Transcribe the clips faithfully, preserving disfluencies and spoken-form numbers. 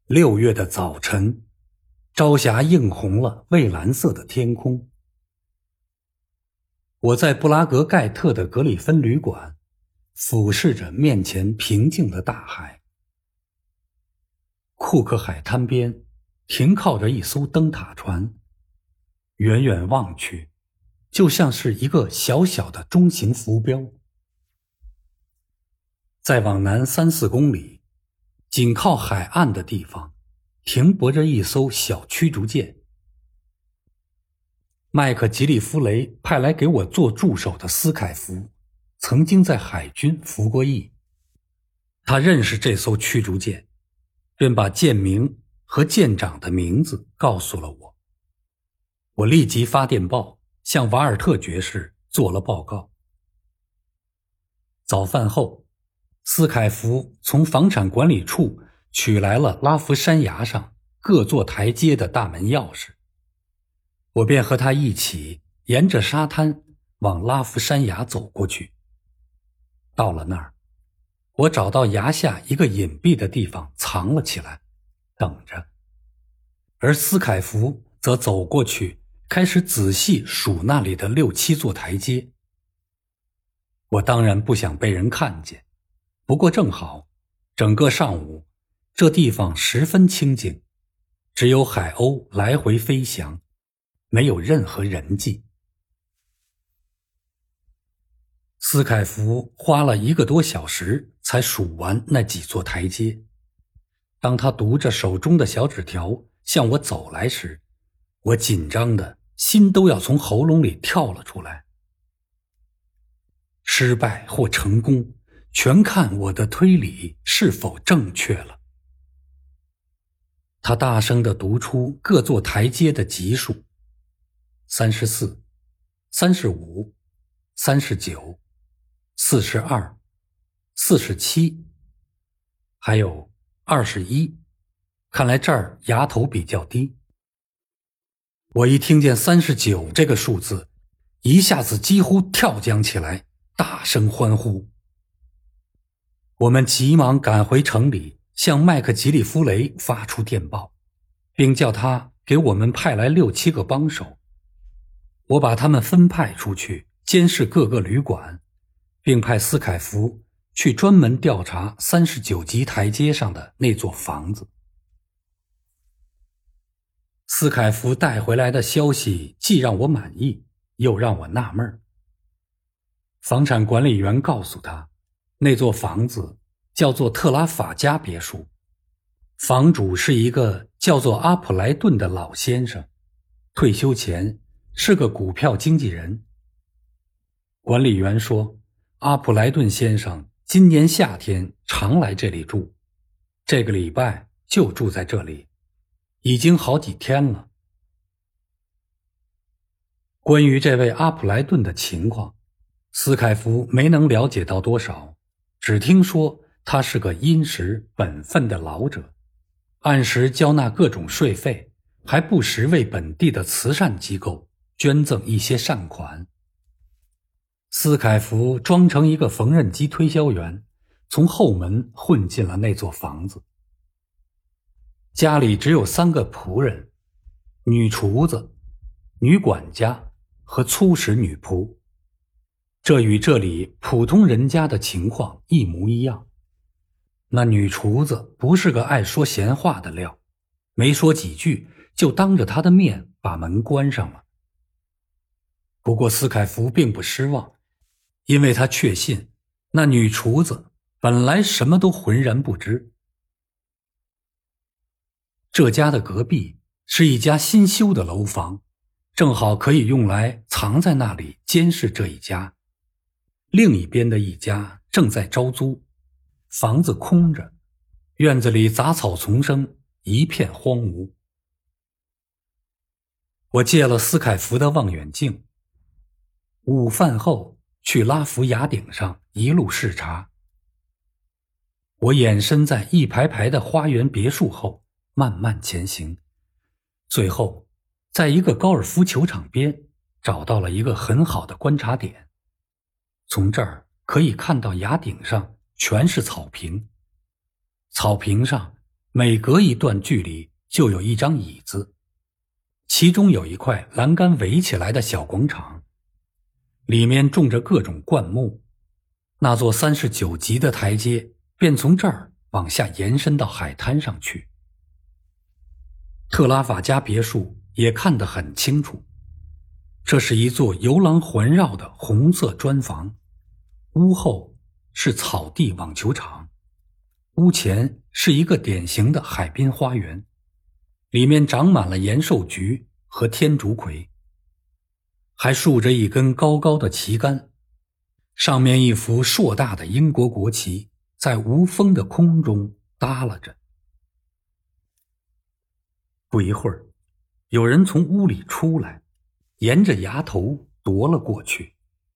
六月的早晨，朝霞映红了蔚蓝色的天空。我在布拉格盖特的格里芬旅馆，俯视着面前平静的大海。库克海滩边停靠着一艘灯塔船，远远望去，就像是一个小小的中型浮标。再往南三四公里，紧靠海岸的地方，停泊着一艘小驱逐舰。麦克吉利夫雷派来给我做助手的斯凯夫，曾经在海军服过役。他认识这艘驱逐舰，便把舰名和舰长的名字告诉了我。我立即发电报向瓦尔特爵士做了报告。早饭后，斯凯夫从房产管理处取来了拉夫山崖上各座台阶的大门钥匙，我便和他一起沿着沙滩往拉夫山崖走过去。到了那儿，我找到崖下一个隐蔽的地方藏了起来，等着。而斯凯夫则走过去，开始仔细数那里的六七座台阶。我当然不想被人看见，不过正好，整个上午，这地方十分清静，只有海鸥来回飞翔，没有任何人迹。斯凯夫花了一个多小时才数完那几座台阶。当他读着手中的小纸条向我走来时，我紧张的心都要从喉咙里跳了出来。失败或成功，全看我的推理是否正确了。他大声地读出各座台阶的级数：三十四、三十五、三十九、四十二、四十七，还有二十一。看来这儿崖头比较低。我一听见三十九这个数字，一下子几乎跳将起来，大声欢呼。我们急忙赶回城里，向麦克吉利夫雷发出电报，并叫他给我们派来六七个帮手。我把他们分派出去监视各个旅馆，并派斯凯夫去专门调查三十九级台阶上的那座房子。斯凯夫带回来的消息既让我满意，又让我纳闷。房产管理员告诉他，那座房子叫做特拉法加别墅，房主是一个叫做阿普莱顿的老先生，退休前是个股票经纪人。管理员说，阿普莱顿先生今年夏天常来这里住，这个礼拜就住在这里，已经好几天了。关于这位阿普莱顿的情况，斯凯夫没能了解到多少，只听说他是个殷实本分的老者，按时交纳各种税费，还不时为本地的慈善机构捐赠一些善款。斯凯夫装成一个缝纫机推销员，从后门混进了那座房子。家里只有三个仆人，女厨子、女管家和粗使女仆。这与这里普通人家的情况一模一样。那女厨子不是个爱说闲话的料，没说几句就当着他的面把门关上了。不过斯凯夫并不失望，因为他确信那女厨子本来什么都浑然不知。这家的隔壁是一家新修的楼房，正好可以用来藏在那里监视这一家。另一边的一家正在招租，房子空着，院子里杂草丛生，一片荒芜。我借了斯凯夫的望远镜，午饭后去拉福崖顶上一路视察。我隐身在一排排的花园别墅后，慢慢前行，最后在一个高尔夫球场边找到了一个很好的观察点。从这儿可以看到崖顶上全是草坪，草坪上每隔一段距离就有一张椅子，其中有一块栏杆围起来的小广场，里面种着各种灌木。那座三十九级的台阶便从这儿往下延伸到海滩上去。特拉法加别墅也看得很清楚，这是一座游廊环绕的红色砖房，屋后是草地网球场，屋前是一个典型的海滨花园，里面长满了延寿菊和天竺葵，还竖着一根高高的旗杆，上面一幅硕大的英国国旗在无风的空中耷拉着。不一会儿，有人从屋里出来，沿着崖头踱了过去。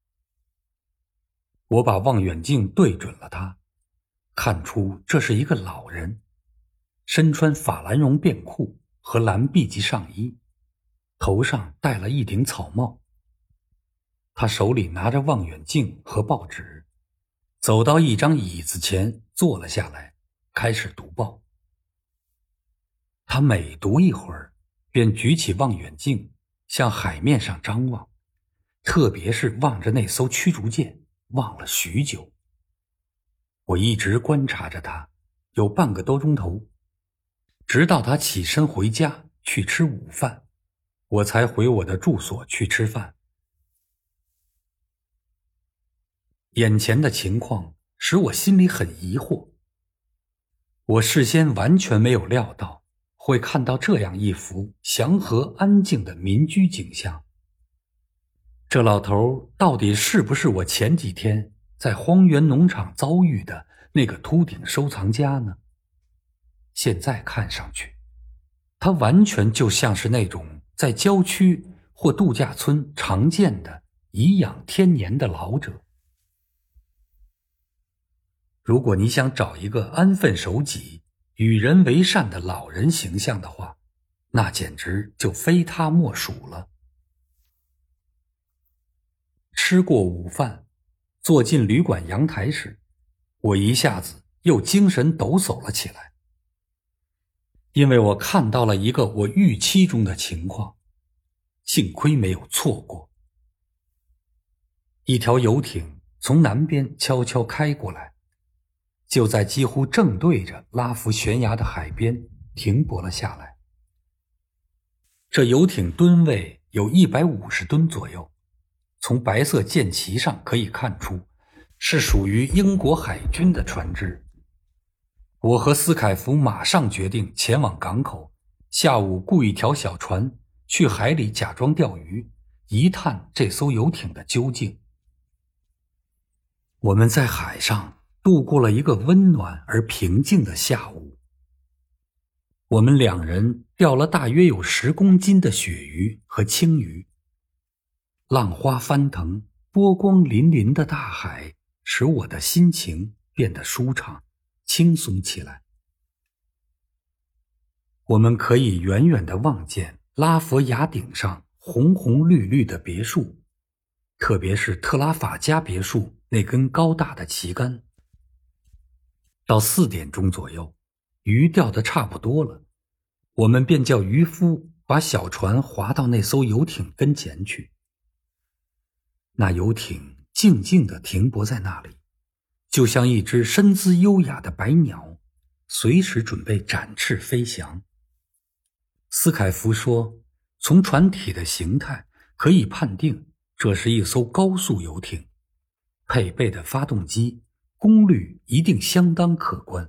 我把望远镜对准了他，看出这是一个老人，身穿法兰绒便裤和蓝碧级上衣，头上戴了一顶草帽。他手里拿着望远镜和报纸，走到一张椅子前坐了下来，开始读报。他每读一会儿，便举起望远镜向海面上张望，特别是望着那艘驱逐舰，望了许久。我一直观察着他，有半个多钟头，直到他起身回家去吃午饭，我才回我的住所去吃饭。眼前的情况使我心里很疑惑，我事先完全没有料到会看到这样一幅祥和安静的民居景象。这老头到底是不是我前几天在荒原农场遭遇的那个秃顶收藏家呢？现在看上去，他完全就像是那种在郊区或度假村常见的颐养天年的老者。如果你想找一个安分守己、与人为善的老人形象的话，那简直就非他莫属了。吃过午饭，坐进旅馆阳台时，我一下子又精神抖擞了起来，因为我看到了一个我预期中的情况，幸亏没有错过。一条游艇从南边悄悄开过来，就在几乎正对着拉夫悬崖的海边停泊了下来。这游艇吨位有一百五十吨左右，从白色舰旗上可以看出是属于英国海军的船只。我和斯凯夫马上决定前往港口，下午雇一条小船去海里假装钓鱼，一探这艘游艇的究竟。我们在海上度过了一个温暖而平静的下午。我们两人钓了大约有十公斤的鳕鱼和青鱼。浪花翻腾，波光粼粼的大海使我的心情变得舒畅、轻松起来。我们可以远远地望见拉佛崖顶上红红绿绿的别墅，特别是特拉法加别墅那根高大的旗杆。到四点钟左右，鱼钓得差不多了，我们便叫渔夫把小船划到那艘游艇跟前去。那游艇静静地停泊在那里，就像一只身姿优雅的白鸟，随时准备展翅飞翔。斯凯夫说，从船体的形态可以判定这是一艘高速游艇，配备的发动机功率一定相当可观。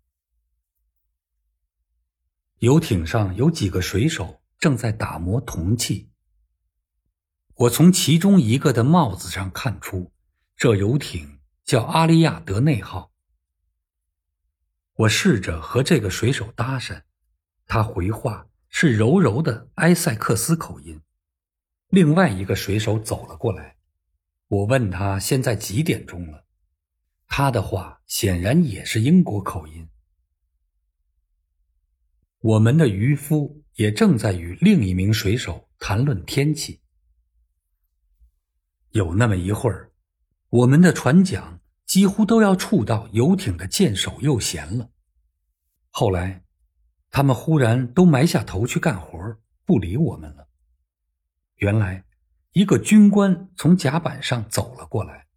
游艇上有几个水手正在打磨铜器。我从其中一个的帽子上看出，这游艇叫阿利亚德内号。我试着和这个水手搭讪，他回话是柔柔的埃塞克斯口音。另外一个水手走了过来，我问他现在几点钟了，他的话显然也是英国口音。我们的渔夫也正在与另一名水手谈论天气。有那么一会儿，我们的船桨几乎都要触到游艇的舰首右舷了。后来他们忽然都埋下头去干活，不理我们了。原来一个军官从甲板上走了过来。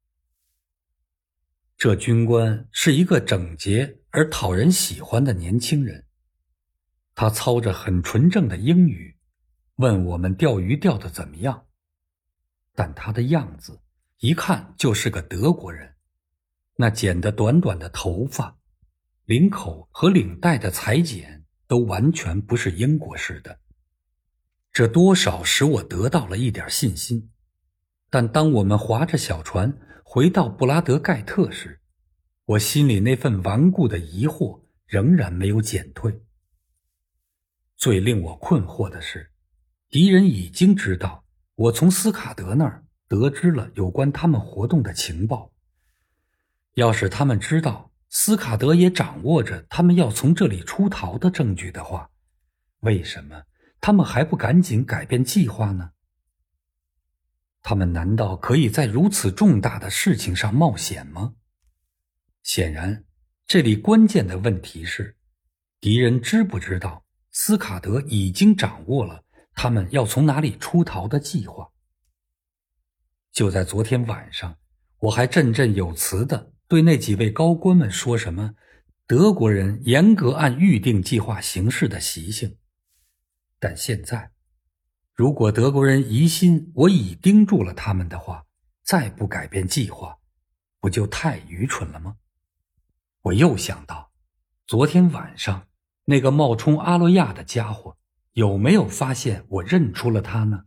这军官是一个整洁而讨人喜欢的年轻人，他操着很纯正的英语，问我们钓鱼钓得怎么样。但他的样子一看就是个德国人，那剪得短短的头发，领口和领带的裁剪都完全不是英国式的。这多少使我得到了一点信心。但当我们划着小船回到布拉德盖特时，我心里那份顽固的疑惑仍然没有减退。最令我困惑的是，敌人已经知道我从斯卡德那儿得知了有关他们活动的情报。要是他们知道斯卡德也掌握着他们要从这里出逃的证据的话，为什么他们还不赶紧改变计划呢？他们难道可以在如此重大的事情上冒险吗？显然，这里关键的问题是，敌人知不知道斯卡德已经掌握了他们要从哪里出逃的计划。就在昨天晚上，我还振振有词地对那几位高官们说什么德国人严格按预定计划行事的习性。但现在，如果德国人疑心我已盯住了他们的话，再不改变计划，不就太愚蠢了吗？我又想到，昨天晚上那个冒充阿洛亚的家伙有没有发现我认出了他呢？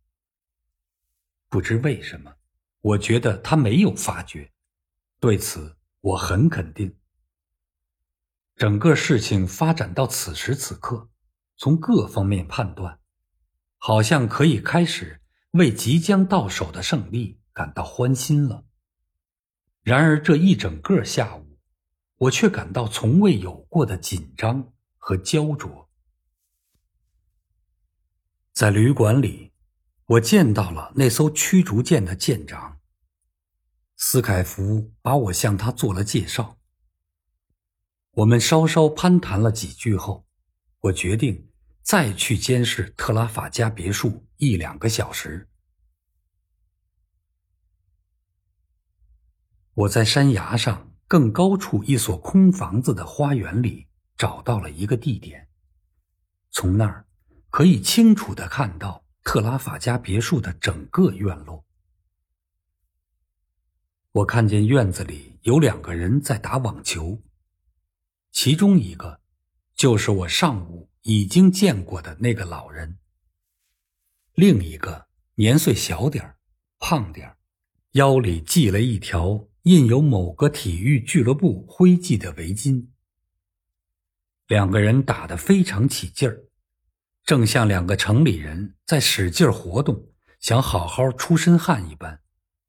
不知为什么，我觉得他没有发觉，对此我很肯定。整个事情发展到此时此刻，从各方面判断，好像可以开始为即将到手的胜利感到欢心了。然而这一整个下午，我却感到从未有过的紧张和焦灼。在旅馆里，我见到了那艘驱逐舰的舰长。斯凯夫把我向他做了介绍。我们稍稍攀谈了几句后，我决定再去监视特拉法加别墅一两个小时。我在山崖上更高处一所空房子的花园里找到了一个地点，从那儿可以清楚地看到特拉法加别墅的整个院落。我看见院子里有两个人在打网球，其中一个就是我上午已经见过的那个老人，另一个年岁小点儿，胖点儿，腰里系了一条印有某个体育俱乐部徽记的围巾。两个人打得非常起劲儿，正像两个城里人在使劲活动，想好好出身汗一般。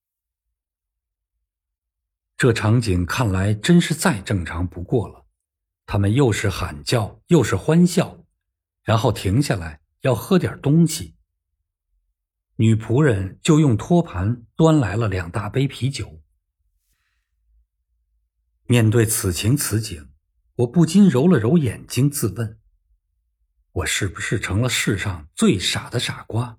这场景看来真是再正常不过了，他们又是喊叫又是欢笑，然后停下来要喝点东西。女仆人就用托盘端来了两大杯啤酒。面对此情此景，我不禁揉了揉眼睛自问，我是不是成了世上最傻的傻瓜？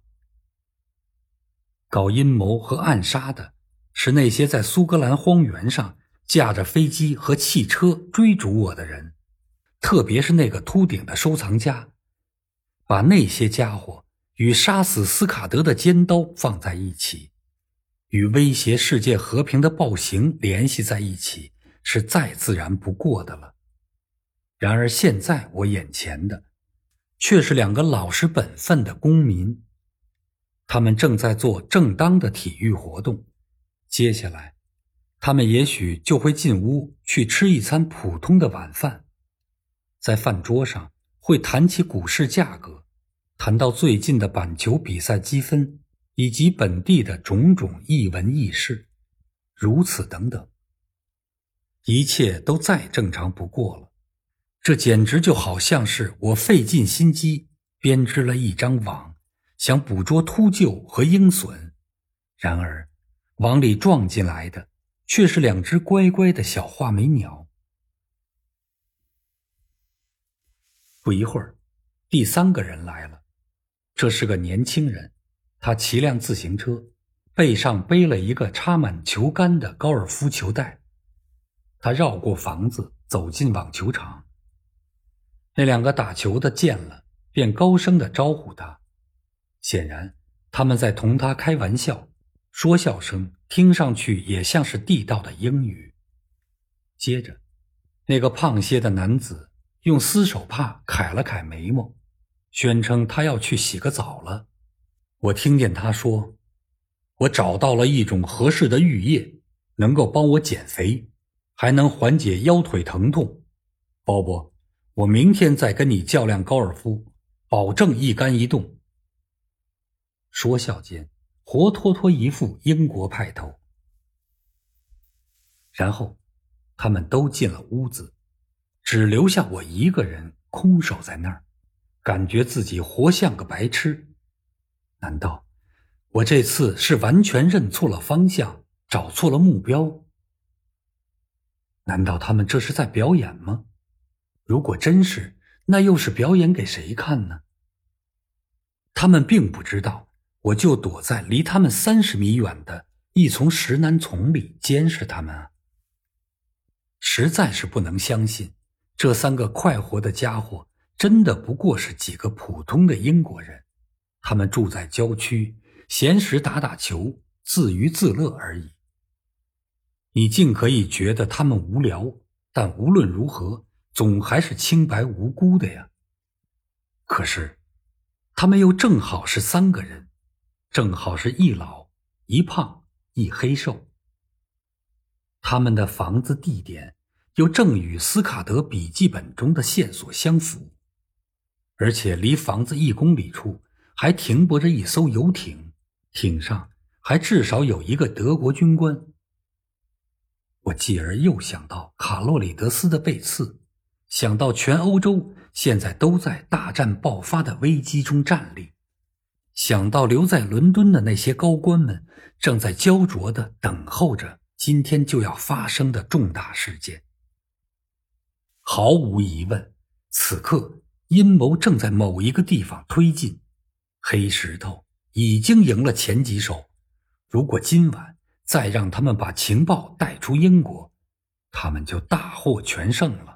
搞阴谋和暗杀的是那些在苏格兰荒原上驾着飞机和汽车追逐我的人，特别是那个秃顶的收藏家，把那些家伙与杀死斯卡德的尖刀放在一起，与威胁世界和平的暴行联系在一起，是再自然不过的了。然而现在我眼前的却是两个老实本分的公民，他们正在做正当的体育活动，接下来他们也许就会进屋去吃一餐普通的晚饭，在饭桌上会谈起股市价格，谈到最近的板球比赛积分，以及本地的种种异闻异事，如此等等。一切都再正常不过了，这简直就好像是我费尽心机编织了一张网，想捕捉秃鹫和鹰隼，然而网里撞进来的却是两只乖乖的小画眉鸟。 不一会儿，第三个人来了。这是个年轻人，他骑辆自行车，背上背了一个插满球杆的高尔夫球袋。他绕过房子，走进网球场。那两个打球的见了，便高声地招呼他。显然，他们在同他开玩笑，说笑声听上去也像是地道的英语。接着，那个胖些的男子用丝手帕揩了揩眉毛，宣称他要去洗个澡了。我听见他说，我找到了一种合适的浴液，能够帮我减肥，还能缓解腰腿疼痛。鲍勃，我明天再跟你较量高尔夫，保证一杆一洞。说笑间，活脱脱一副英国派头。然后他们都进了屋子，只留下我一个人空守在那儿，感觉自己活像个白痴。难道我这次是完全认错了方向，找错了目标？难道他们这是在表演吗？如果真是，那又是表演给谁看呢？他们并不知道，我就躲在离他们三十米远的一丛石楠丛里监视他们啊。实在是不能相信，这三个快活的家伙真的不过是几个普通的英国人，他们住在郊区，闲时打打球，自娱自乐而已。你尽可以觉得他们无聊，但无论如何，总还是清白无辜的呀。可是，他们又正好是三个人，正好是一老、一胖、一黑瘦。他们的房子地点又正与斯卡德笔记本中的线索相符，而且离房子一公里处还停泊着一艘游艇，艇上还至少有一个德国军官。我继而又想到卡洛里德斯的背刺，想到全欧洲现在都在大战爆发的危机中站立，想到留在伦敦的那些高官们正在焦灼地等候着今天就要发生的重大事件。毫无疑问，此刻阴谋正在某一个地方推进，黑石头已经赢了前几手，如果今晚再让他们把情报带出英国，他们就大获全胜了。